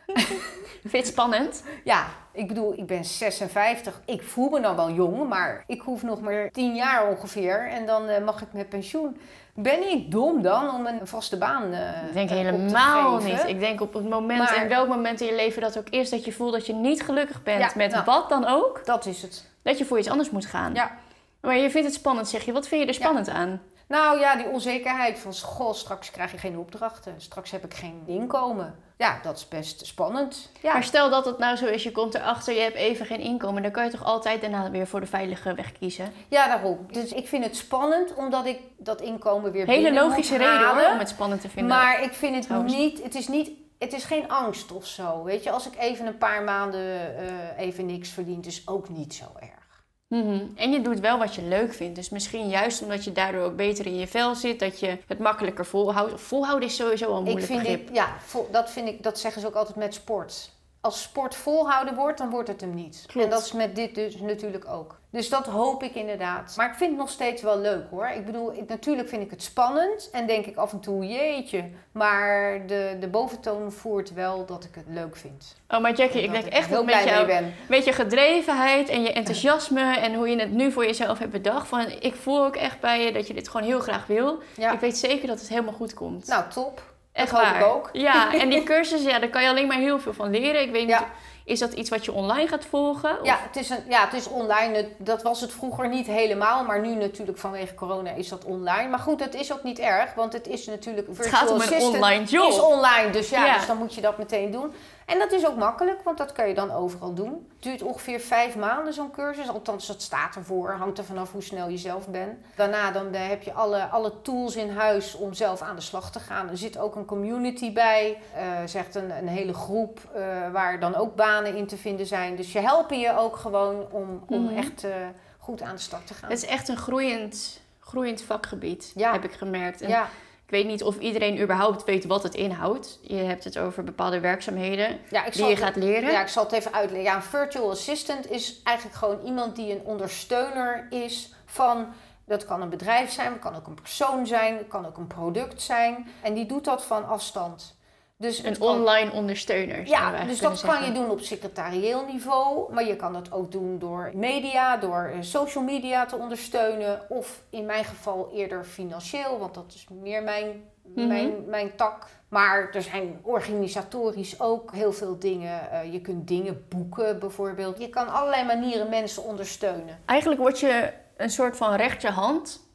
[SPEAKER 1] Vind je het spannend?
[SPEAKER 2] Ja, ik bedoel, ik ben zesenvijftig. Ik voel me dan wel jong, maar ik hoef nog maar tien jaar ongeveer. En dan uh, mag ik met pensioen. Ben ik dom dan om een vaste baan uh,
[SPEAKER 1] Ik denk
[SPEAKER 2] uh,
[SPEAKER 1] helemaal
[SPEAKER 2] op te geven?
[SPEAKER 1] niet. Ik denk op het moment,
[SPEAKER 2] Maar-
[SPEAKER 1] in welk moment in je leven dat ook is, dat je voelt dat je niet gelukkig bent
[SPEAKER 2] Ja,
[SPEAKER 1] met
[SPEAKER 2] nou.
[SPEAKER 1] wat dan ook,
[SPEAKER 2] Dat is het.
[SPEAKER 1] dat je voor iets anders moet gaan.
[SPEAKER 2] Ja.
[SPEAKER 1] Maar je vindt het spannend, zeg je. Wat vind je er spannend aan?
[SPEAKER 2] Nou ja, die onzekerheid van, goh, straks krijg je geen opdrachten. Straks heb ik geen inkomen. Ja, dat is best spannend. Ja.
[SPEAKER 1] Maar stel dat het nou zo is, je komt erachter, je hebt even geen inkomen. Dan kan je toch altijd daarna weer voor de veilige weg kiezen?
[SPEAKER 2] Ja, daarom. Dus ik vind het spannend, omdat ik dat inkomen weer
[SPEAKER 1] Hele
[SPEAKER 2] binnen
[SPEAKER 1] logische
[SPEAKER 2] moet
[SPEAKER 1] reden
[SPEAKER 2] halen.
[SPEAKER 1] hoor, om het spannend te vinden.
[SPEAKER 2] Maar ik vind het
[SPEAKER 1] Trouwens.
[SPEAKER 2] niet, het is niet, het is geen angst of zo. Weet je, als ik even een paar maanden uh, even niks verdien, is ook niet zo erg.
[SPEAKER 1] Mm-hmm. En je doet wel wat je leuk vindt. Dus misschien juist omdat je daardoor ook beter in je vel zit, dat je het makkelijker volhoudt. Volhouden is sowieso al een
[SPEAKER 2] Ik
[SPEAKER 1] moeilijk
[SPEAKER 2] vind
[SPEAKER 1] begrip.
[SPEAKER 2] dit, ja, vol, dat vind ik, dat zeggen ze ook altijd met sport. Als sport volhouden wordt, dan wordt het hem niet.
[SPEAKER 1] Klopt.
[SPEAKER 2] En dat is met dit dus natuurlijk ook. Dus dat hoop ik inderdaad. Maar ik vind het nog steeds wel leuk hoor. Ik bedoel, ik, natuurlijk vind ik het spannend. En denk ik af en toe, jeetje. Maar de, de boventoon voert wel dat ik het leuk vind.
[SPEAKER 1] Oh, maar Jackie,
[SPEAKER 2] En
[SPEAKER 1] ik
[SPEAKER 2] dat
[SPEAKER 1] denk echt
[SPEAKER 2] heel
[SPEAKER 1] dat met,
[SPEAKER 2] blij
[SPEAKER 1] jou,
[SPEAKER 2] mee ben.
[SPEAKER 1] met je gedrevenheid en je enthousiasme en hoe je het nu voor jezelf hebt bedacht. Van, ik voel ook echt bij je dat je dit gewoon heel graag wil.
[SPEAKER 2] Ja.
[SPEAKER 1] Ik weet zeker dat het helemaal goed komt.
[SPEAKER 2] Nou, top.
[SPEAKER 1] echt
[SPEAKER 2] dat hoop
[SPEAKER 1] waar.
[SPEAKER 2] ik ook.
[SPEAKER 1] Ja, en die cursus, ja, daar kan je alleen maar heel veel van leren. Ik weet niet,
[SPEAKER 2] Ja.
[SPEAKER 1] is dat iets wat je online gaat volgen? Of-
[SPEAKER 2] Ja, het is, een, ja, het is online. Het- Dat was het vroeger niet helemaal. Maar nu natuurlijk vanwege corona is dat online. Maar goed, dat is ook niet erg. Want het is natuurlijk...
[SPEAKER 1] Het gaat om een
[SPEAKER 2] assistant
[SPEAKER 1] online job.
[SPEAKER 2] is online, dus ja,
[SPEAKER 1] Ja.
[SPEAKER 2] dus dan moet je dat meteen doen. En dat is ook makkelijk, want dat kan je dan overal doen. Het duurt ongeveer vijf maanden zo'n cursus. Althans, dat staat ervoor. Hangt er vanaf hoe snel je zelf bent. Daarna dan eh, heb je alle, alle tools in huis om zelf aan de slag te gaan. Er zit ook een community bij. Uh, zegt een, een hele groep uh, waar dan ook banen in te vinden zijn. Dus je helpen je ook gewoon om, om
[SPEAKER 1] Mhm.
[SPEAKER 2] echt uh, goed aan de start te gaan.
[SPEAKER 1] Het is echt een groeiend, groeiend vakgebied,
[SPEAKER 2] Ja.
[SPEAKER 1] heb ik gemerkt. En
[SPEAKER 2] ja.
[SPEAKER 1] ik weet niet of iedereen überhaupt weet wat het inhoudt. Je hebt het over bepaalde werkzaamheden
[SPEAKER 2] Ja, ik
[SPEAKER 1] die
[SPEAKER 2] zal
[SPEAKER 1] je
[SPEAKER 2] het-
[SPEAKER 1] gaat leren.
[SPEAKER 2] Ja, ik zal het even uitleggen. Ja, een virtual assistant is eigenlijk gewoon iemand die een ondersteuner is van... Dat kan een bedrijf zijn, het kan ook een persoon zijn, het kan ook een product zijn. En die doet dat van afstand. Dus het
[SPEAKER 1] Een
[SPEAKER 2] kan-
[SPEAKER 1] online ondersteuner, zouden we
[SPEAKER 2] Ja,
[SPEAKER 1] eigenlijk
[SPEAKER 2] dus
[SPEAKER 1] kunnen
[SPEAKER 2] dat kan
[SPEAKER 1] zeggen.
[SPEAKER 2] je doen op secretarieel niveau. Maar je kan dat ook doen door media, door eh, social media te ondersteunen. Of in mijn geval eerder financieel, want dat is meer mijn,
[SPEAKER 1] Mhm.
[SPEAKER 2] mijn, mijn tak. Maar er zijn organisatorisch ook heel veel dingen. Eh, je kunt dingen boeken bijvoorbeeld. Je kan allerlei manieren mensen ondersteunen.
[SPEAKER 1] Eigenlijk word je een soort van rechterhand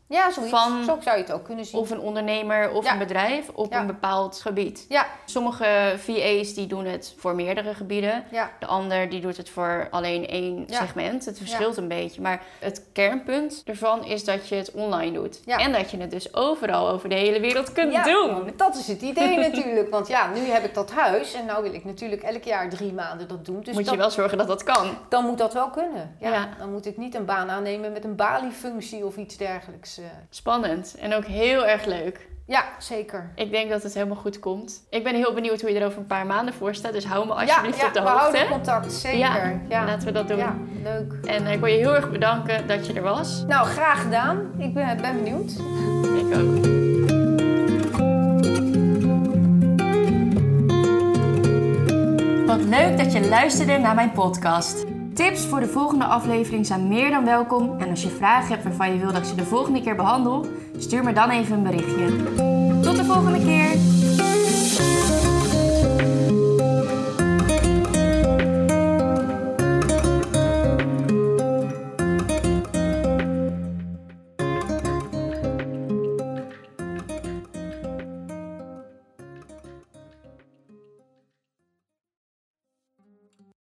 [SPEAKER 2] Ja, zoiets.
[SPEAKER 1] Van,
[SPEAKER 2] Zo zou je het ook kunnen zien.
[SPEAKER 1] Of een ondernemer of
[SPEAKER 2] ja.
[SPEAKER 1] een bedrijf op
[SPEAKER 2] ja.
[SPEAKER 1] een bepaald gebied.
[SPEAKER 2] Ja.
[SPEAKER 1] Sommige V A's die doen het voor meerdere gebieden.
[SPEAKER 2] Ja.
[SPEAKER 1] De ander die doet het voor alleen één
[SPEAKER 2] ja.
[SPEAKER 1] segment. Het verschilt
[SPEAKER 2] ja.
[SPEAKER 1] een beetje. Maar het kernpunt ervan is dat je het online doet.
[SPEAKER 2] Ja.
[SPEAKER 1] En dat je het dus overal over de hele wereld kunt
[SPEAKER 2] ja,
[SPEAKER 1] doen.
[SPEAKER 2] Dat is het idee natuurlijk. Want ja, nu heb ik dat huis. En nou wil ik natuurlijk elk jaar drie maanden dat doen. Dus
[SPEAKER 1] moet
[SPEAKER 2] dat,
[SPEAKER 1] je wel zorgen dat dat kan.
[SPEAKER 2] Dan moet dat wel kunnen. Ja,
[SPEAKER 1] Ja.
[SPEAKER 2] Dan moet ik niet een baan aannemen met een baliefunctie of iets dergelijks.
[SPEAKER 1] Spannend. En ook heel erg leuk.
[SPEAKER 2] Ja, zeker.
[SPEAKER 1] Ik denk dat het helemaal goed komt. Ik ben heel benieuwd hoe je er over een paar maanden voor staat. Dus hou me alsjeblieft
[SPEAKER 2] ja, ja,
[SPEAKER 1] op de
[SPEAKER 2] we
[SPEAKER 1] hoogte.
[SPEAKER 2] houden contact, zeker.
[SPEAKER 1] Ja,
[SPEAKER 2] Ja,
[SPEAKER 1] laten we dat doen.
[SPEAKER 2] Ja, leuk.
[SPEAKER 1] En uh, ik wil je heel erg bedanken dat je er was.
[SPEAKER 2] Nou, graag gedaan. Ik ben, ben benieuwd.
[SPEAKER 1] Ik ook. Wat leuk dat je luisterde naar mijn podcast. Tips voor de volgende aflevering zijn meer dan welkom. En als je vragen hebt waarvan je wil dat ik ze de volgende keer behandel, stuur me dan even een berichtje. Tot de volgende keer!